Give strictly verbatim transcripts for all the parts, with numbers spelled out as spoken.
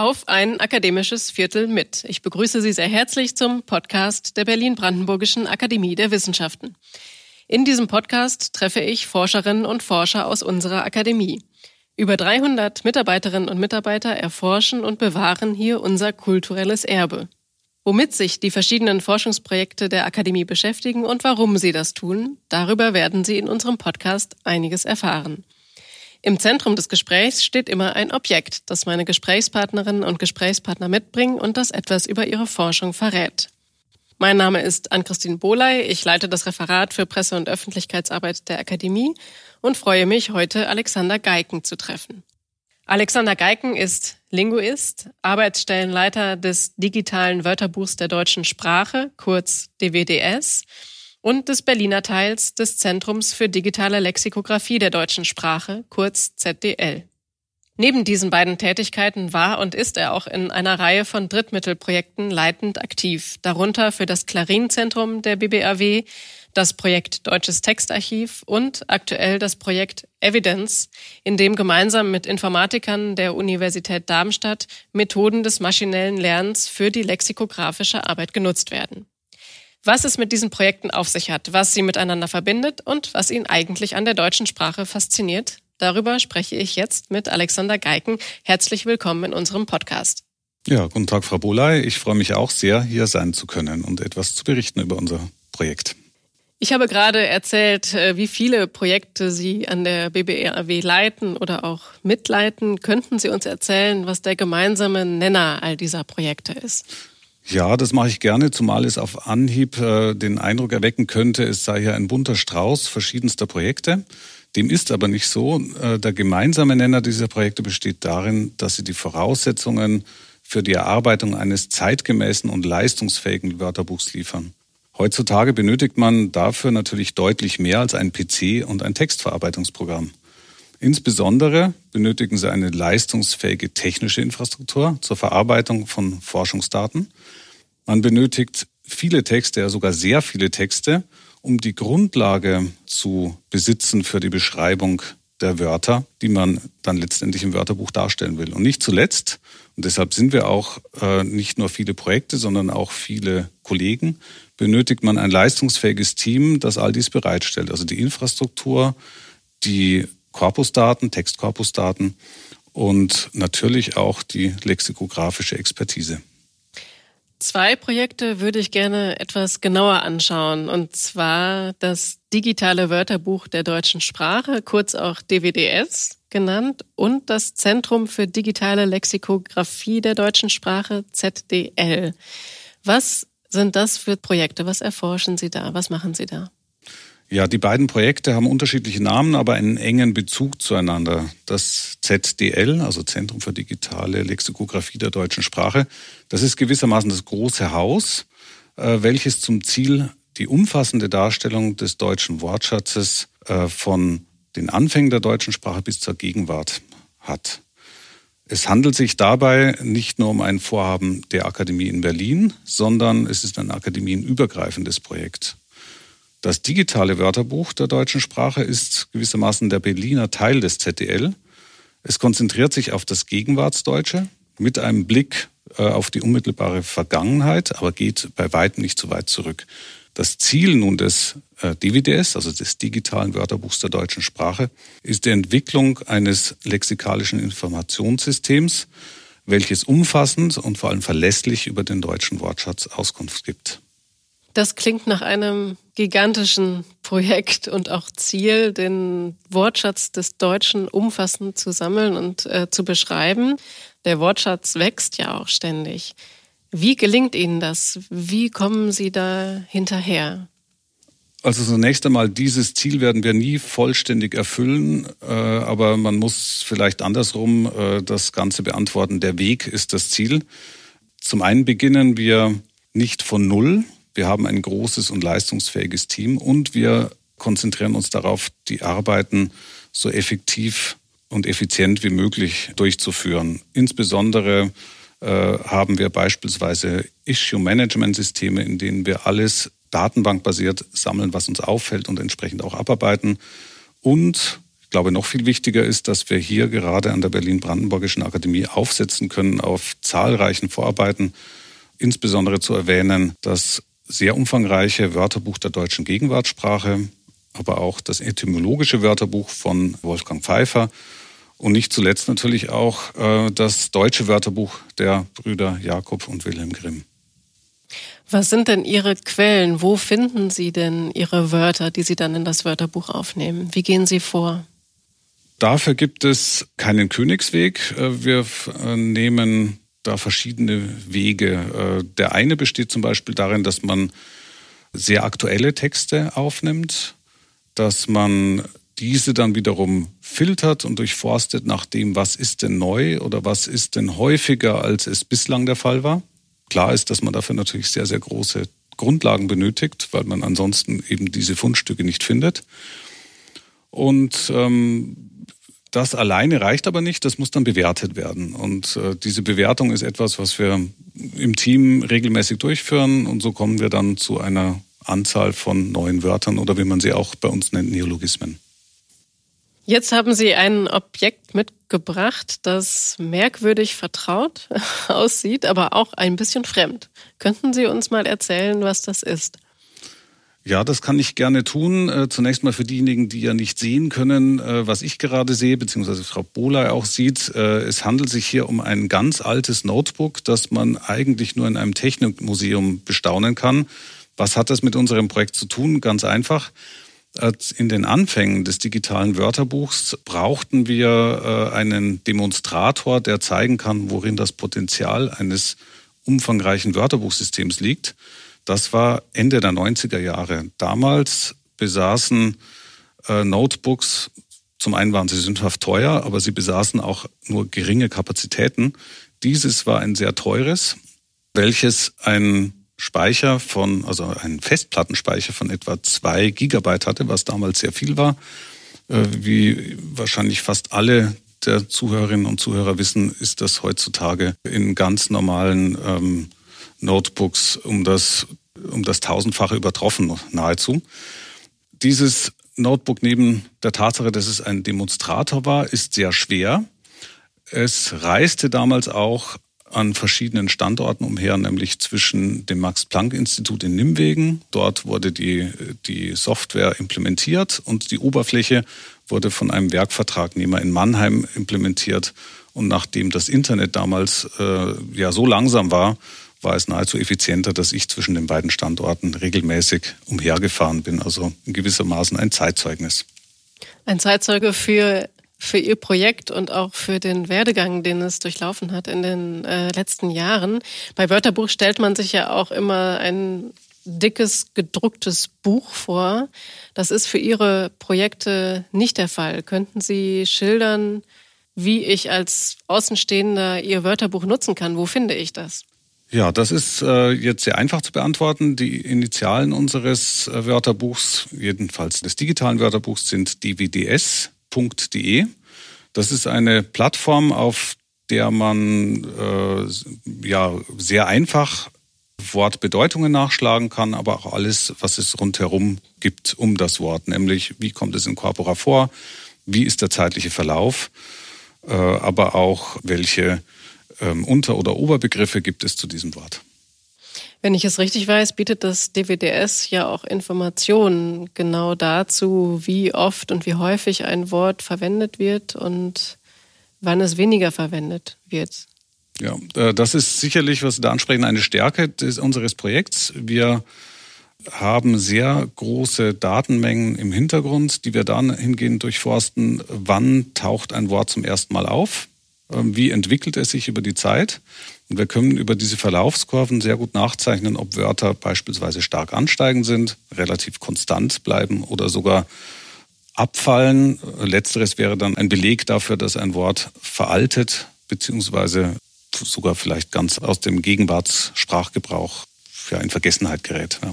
auf ein akademisches Viertel mit. Ich begrüße Sie sehr herzlich zum Podcast der Berlin-Brandenburgischen Akademie der Wissenschaften. In diesem Podcast treffe ich Forscherinnen und Forscher aus unserer Akademie. Über dreihundert Mitarbeiterinnen und Mitarbeiter erforschen und bewahren hier unser kulturelles Erbe. Womit sich die verschiedenen Forschungsprojekte der Akademie beschäftigen und warum sie das tun, darüber werden Sie in unserem Podcast einiges erfahren. Im Zentrum des Gesprächs steht immer ein Objekt, das meine Gesprächspartnerinnen und Gesprächspartner mitbringen und das etwas über ihre Forschung verrät. Mein Name ist Ann-Christine Bohley, ich leite das Referat für Presse- und Öffentlichkeitsarbeit der Akademie und freue mich, heute Alexander Geiken zu treffen. Alexander Geiken ist Linguist, Arbeitsstellenleiter des digitalen Wörterbuchs der deutschen Sprache, kurz D W D S, und des Berliner Teils des Zentrums für digitale Lexikographie der deutschen Sprache, kurz Z D L. Neben diesen beiden Tätigkeiten war und ist er auch in einer Reihe von Drittmittelprojekten leitend aktiv, darunter für das Clarin-Zentrum der B B A W, das Projekt Deutsches Textarchiv und aktuell das Projekt Evidence, in dem gemeinsam mit Informatikern der Universität Darmstadt Methoden des maschinellen Lernens für die lexikografische Arbeit genutzt werden. Was es mit diesen Projekten auf sich hat, was sie miteinander verbindet und was ihn eigentlich an der deutschen Sprache fasziniert, darüber spreche ich jetzt mit Alexander Geiken. Herzlich willkommen in unserem Podcast. Ja, guten Tag, Frau Bohley. Ich freue mich auch sehr, hier sein zu können und etwas zu berichten über unser Projekt. Ich habe gerade erzählt, wie viele Projekte Sie an der B B A W leiten oder auch mitleiten. Könnten Sie uns erzählen, was der gemeinsame Nenner all dieser Projekte ist? Ja, das mache ich gerne, zumal es auf Anhieb äh, den Eindruck erwecken könnte, es sei hier ein bunter Strauß verschiedenster Projekte. Dem ist aber nicht so. Äh, der gemeinsame Nenner dieser Projekte besteht darin, dass sie die Voraussetzungen für die Erarbeitung eines zeitgemäßen und leistungsfähigen Wörterbuchs liefern. Heutzutage benötigt man dafür natürlich deutlich mehr als ein P C und ein Textverarbeitungsprogramm. Insbesondere benötigen sie eine leistungsfähige technische Infrastruktur zur Verarbeitung von Forschungsdaten. Man benötigt viele Texte, ja sogar sehr viele Texte, um die Grundlage zu besitzen für die Beschreibung der Wörter, die man dann letztendlich im Wörterbuch darstellen will. Und nicht zuletzt, und deshalb sind wir auch äh, nicht nur viele Projekte, sondern auch viele Kollegen, benötigt man ein leistungsfähiges Team, das all dies bereitstellt. Also die Infrastruktur, die Korpusdaten, Textkorpusdaten und natürlich auch die lexikografische Expertise. Zwei Projekte würde ich gerne etwas genauer anschauen, und zwar das digitale Wörterbuch der deutschen Sprache, kurz auch D W D S genannt, und das Zentrum für digitale Lexikographie der deutschen Sprache, Z D L. Was sind das für Projekte? Was erforschen Sie da? Was machen Sie da? Ja, die beiden Projekte haben unterschiedliche Namen, aber einen engen Bezug zueinander. Das Z D L, also Zentrum für digitale Lexikographie der deutschen Sprache, das ist gewissermaßen das große Haus, welches zum Ziel die umfassende Darstellung des deutschen Wortschatzes von den Anfängen der deutschen Sprache bis zur Gegenwart hat. Es handelt sich dabei nicht nur um ein Vorhaben der Akademie in Berlin, sondern es ist ein akademienübergreifendes Projekt. Das digitale Wörterbuch der deutschen Sprache ist gewissermaßen der Berliner Teil des Z D L. Es konzentriert sich auf das Gegenwartsdeutsche mit einem Blick äh, auf die unmittelbare Vergangenheit, aber geht bei weitem nicht so weit zurück. Das Ziel nun des äh, D W D S, also des digitalen Wörterbuchs der deutschen Sprache, ist die Entwicklung eines lexikalischen Informationssystems, welches umfassend und vor allem verlässlich über den deutschen Wortschatz Auskunft gibt. Das klingt nach einem gigantischen Projekt und auch Ziel, den Wortschatz des Deutschen umfassend zu sammeln und äh, zu beschreiben. Der Wortschatz wächst ja auch ständig. Wie gelingt Ihnen das? Wie kommen Sie da hinterher? Also zunächst einmal, dieses Ziel werden wir nie vollständig erfüllen, äh, aber man muss vielleicht andersrum äh, das Ganze beantworten. Der Weg ist das Ziel. Zum einen beginnen wir nicht von Null. Wir haben ein großes und leistungsfähiges Team und wir konzentrieren uns darauf, die Arbeiten so effektiv und effizient wie möglich durchzuführen. Insbesondere äh, haben wir beispielsweise Issue-Management-Systeme, in denen wir alles datenbankbasiert sammeln, was uns auffällt und entsprechend auch abarbeiten. Und ich glaube, noch viel wichtiger ist, dass wir hier gerade an der Berlin-Brandenburgischen Akademie aufsetzen können auf zahlreichen Vorarbeiten. Insbesondere zu erwähnen das sehr umfangreiche Wörterbuch der deutschen Gegenwartssprache, aber auch das etymologische Wörterbuch von Wolfgang Pfeiffer und nicht zuletzt natürlich auch äh, das deutsche Wörterbuch der Brüder Jakob und Wilhelm Grimm. Was sind denn Ihre Quellen? Wo finden Sie denn Ihre Wörter, die Sie dann in das Wörterbuch aufnehmen? Wie gehen Sie vor? Dafür gibt es keinen Königsweg. Wir nehmen da verschiedene Wege. Der eine besteht zum Beispiel darin, dass man sehr aktuelle Texte aufnimmt, dass man diese dann wiederum filtert und durchforstet nach dem, was ist denn neu oder was ist denn häufiger, als es bislang der Fall war. Klar ist, dass man dafür natürlich sehr, sehr große Grundlagen benötigt, weil man ansonsten eben diese Fundstücke nicht findet. Und ähm, das alleine reicht aber nicht, das muss dann bewertet werden. Und äh, diese Bewertung ist etwas, was wir im Team regelmäßig durchführen. Und so kommen wir dann zu einer Anzahl von neuen Wörtern oder wie man sie auch bei uns nennt, Neologismen. Jetzt haben Sie ein Objekt mitgebracht, das merkwürdig vertraut aussieht, aber auch ein bisschen fremd. Könnten Sie uns mal erzählen, was das ist? Ja, das kann ich gerne tun. Zunächst mal für diejenigen, die ja nicht sehen können, was ich gerade sehe, beziehungsweise Frau Bohler auch sieht. Es handelt sich hier um ein ganz altes Notebook, das man eigentlich nur in einem Technikmuseum bestaunen kann. Was hat das mit unserem Projekt zu tun? Ganz einfach. In den Anfängen des digitalen Wörterbuchs brauchten wir einen Demonstrator, der zeigen kann, worin das Potenzial eines umfangreichen Wörterbuchsystems liegt. Das war Ende der neunziger Jahre. Damals besaßen äh, Notebooks, zum einen waren sie sündhaft teuer, aber sie besaßen auch nur geringe Kapazitäten. Dieses war ein sehr teures, welches ein Speicher von, also einen Festplattenspeicher von etwa zwei Gigabyte hatte, was damals sehr viel war. Äh, wie wahrscheinlich fast alle der Zuhörerinnen und Zuhörer wissen, ist das heutzutage in ganz normalen ähm, Notebooks um das, um das Tausendfache übertroffen, nahezu. Dieses Notebook neben der Tatsache, dass es ein Demonstrator war, ist sehr schwer. Es reiste damals auch an verschiedenen Standorten umher, nämlich zwischen dem Max-Planck-Institut in Nimwegen. Dort wurde die, die Software implementiert und die Oberfläche wurde von einem Werkvertragnehmer in Mannheim implementiert. Und nachdem das Internet damals äh, ja so langsam war, war es nahezu effizienter, dass ich zwischen den beiden Standorten regelmäßig umhergefahren bin. Also in gewissermaßen ein Zeitzeugnis. Ein Zeitzeuge für für Ihr Projekt und auch für den Werdegang, den es durchlaufen hat in den äh, letzten Jahren. Bei Wörterbuch stellt man sich ja auch immer ein dickes, gedrucktes Buch vor. Das ist für Ihre Projekte nicht der Fall. Könnten Sie schildern, wie ich als Außenstehender Ihr Wörterbuch nutzen kann? Wo finde ich das? Ja, das ist äh, jetzt sehr einfach zu beantworten. Die Initialen unseres äh, Wörterbuchs, jedenfalls des digitalen Wörterbuchs, sind d w d s punkt d e. Das ist eine Plattform, auf der man äh, ja sehr einfach Wortbedeutungen nachschlagen kann, aber auch alles, was es rundherum gibt um das Wort, nämlich wie kommt es in Corpora vor, wie ist der zeitliche Verlauf, äh, aber auch welche äh, Unter- oder Oberbegriffe gibt es zu diesem Wort. Wenn ich es richtig weiß, bietet das D W D S ja auch Informationen genau dazu, wie oft und wie häufig ein Wort verwendet wird und wann es weniger verwendet wird. Ja, das ist sicherlich, was Sie da ansprechen, eine Stärke des, unseres Projekts. Wir haben sehr große Datenmengen im Hintergrund, die wir dann hingehend durchforsten. Wann taucht ein Wort zum ersten Mal auf? Wie entwickelt es sich über die Zeit? Und wir können über diese Verlaufskurven sehr gut nachzeichnen, ob Wörter beispielsweise stark ansteigend sind, relativ konstant bleiben oder sogar abfallen. Letzteres wäre dann ein Beleg dafür, dass ein Wort veraltet beziehungsweise sogar vielleicht ganz aus dem Gegenwartssprachgebrauch ja, in Vergessenheit gerät. Ja.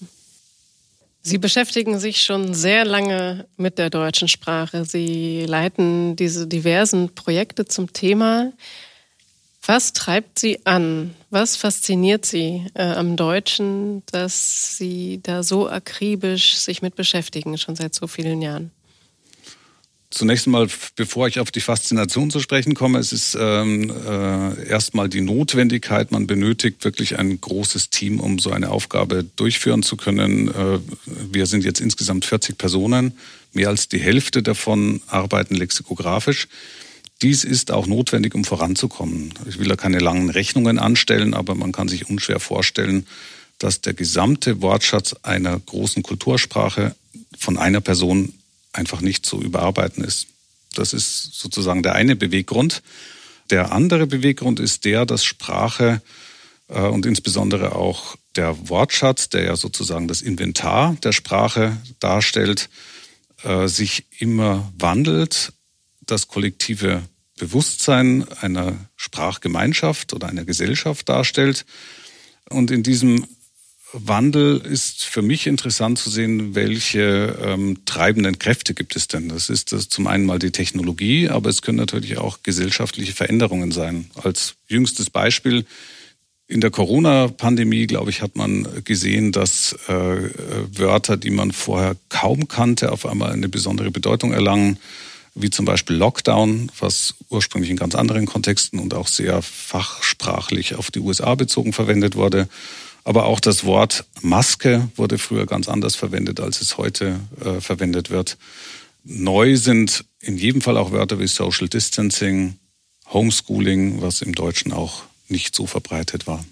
Sie beschäftigen sich schon sehr lange mit der deutschen Sprache. Sie leiten diese diversen Projekte zum Thema. Was treibt Sie an? Was fasziniert Sie äh, am Deutschen, dass Sie da so akribisch sich mit beschäftigen, schon seit so vielen Jahren? Zunächst einmal, bevor ich auf die Faszination zu sprechen komme, es ist ähm, äh, erstmal die Notwendigkeit, man benötigt wirklich ein großes Team, um so eine Aufgabe durchführen zu können. Äh, wir sind jetzt insgesamt vierzig Personen, mehr als die Hälfte davon arbeiten lexikografisch. Dies ist auch notwendig, um voranzukommen. Ich will da keine langen Rechnungen anstellen, aber man kann sich unschwer vorstellen, dass der gesamte Wortschatz einer großen Kultursprache von einer Person einfach nicht zu überarbeiten ist. Das ist sozusagen der eine Beweggrund. Der andere Beweggrund ist der, dass Sprache äh, und insbesondere auch der Wortschatz, der ja sozusagen das Inventar der Sprache darstellt, äh, sich immer wandelt. Das kollektive Bewusstsein einer Sprachgemeinschaft oder einer Gesellschaft darstellt. Und in diesem Wandel ist für mich interessant zu sehen, welche ähm, treibenden Kräfte gibt es denn. Das ist das zum einen mal die Technologie, aber es können natürlich auch gesellschaftliche Veränderungen sein. Als jüngstes Beispiel in der Corona-Pandemie, glaube ich, hat man gesehen, dass äh, Wörter, die man vorher kaum kannte, auf einmal eine besondere Bedeutung erlangen, wie zum Beispiel Lockdown, was ursprünglich in ganz anderen Kontexten und auch sehr fachsprachlich auf die U S A bezogen verwendet wurde. Aber auch das Wort Maske wurde früher ganz anders verwendet, als es heute äh, verwendet wird. Neu sind in jedem Fall auch Wörter wie Social Distancing, Homeschooling, was im Deutschen auch nicht so verbreitet war.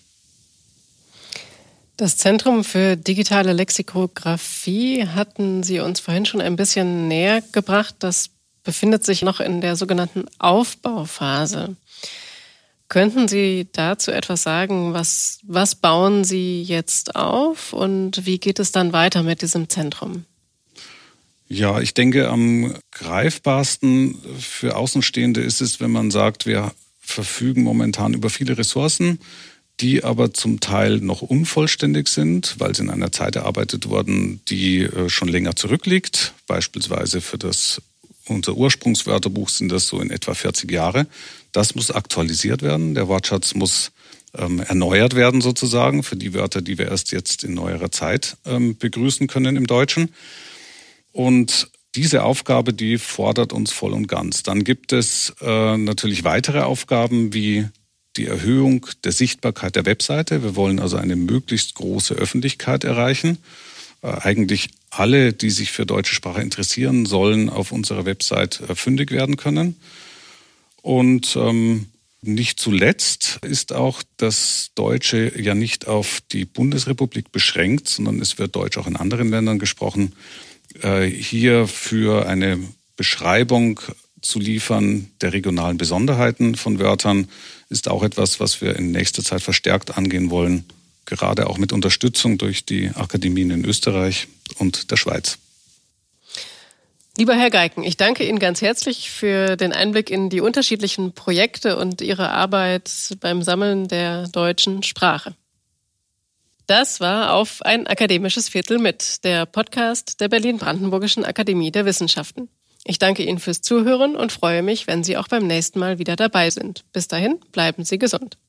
Das Zentrum für digitale Lexikographie hatten Sie uns vorhin schon ein bisschen näher gebracht. Das befindet sich noch in der sogenannten Aufbauphase. Könnten Sie dazu etwas sagen? Was, was bauen Sie jetzt auf und wie geht es dann weiter mit diesem Zentrum? Ja, ich denke, am greifbarsten für Außenstehende ist es, wenn man sagt, wir verfügen momentan über viele Ressourcen, die aber zum Teil noch unvollständig sind, weil sie in einer Zeit erarbeitet wurden, die schon länger zurückliegt. Beispielsweise für das unser Ursprungswörterbuch sind das so in etwa vierzig Jahre. Das muss aktualisiert werden. Der Wortschatz muss ähm, erneuert werden sozusagen für die Wörter, die wir erst jetzt in neuerer Zeit ähm, begrüßen können im Deutschen. Und diese Aufgabe, die fordert uns voll und ganz. Dann gibt es äh, natürlich weitere Aufgaben wie die Erhöhung der Sichtbarkeit der Webseite. Wir wollen also eine möglichst große Öffentlichkeit erreichen. Äh, eigentlich alle, die sich für deutsche Sprache interessieren, sollen auf unserer Website äh, fündig werden können. Und ähm, nicht zuletzt ist auch das Deutsche ja nicht auf die Bundesrepublik beschränkt, sondern es wird Deutsch auch in anderen Ländern gesprochen. Äh, hier für eine Beschreibung zu liefern der regionalen Besonderheiten von Wörtern ist auch etwas, was wir in nächster Zeit verstärkt angehen wollen, gerade auch mit Unterstützung durch die Akademien in Österreich und der Schweiz. Lieber Herr Geiken, ich danke Ihnen ganz herzlich für den Einblick in die unterschiedlichen Projekte und Ihre Arbeit beim Sammeln der deutschen Sprache. Das war auf ein akademisches Viertel mit, der Podcast der Berlin-Brandenburgischen Akademie der Wissenschaften. Ich danke Ihnen fürs Zuhören und freue mich, wenn Sie auch beim nächsten Mal wieder dabei sind. Bis dahin, bleiben Sie gesund.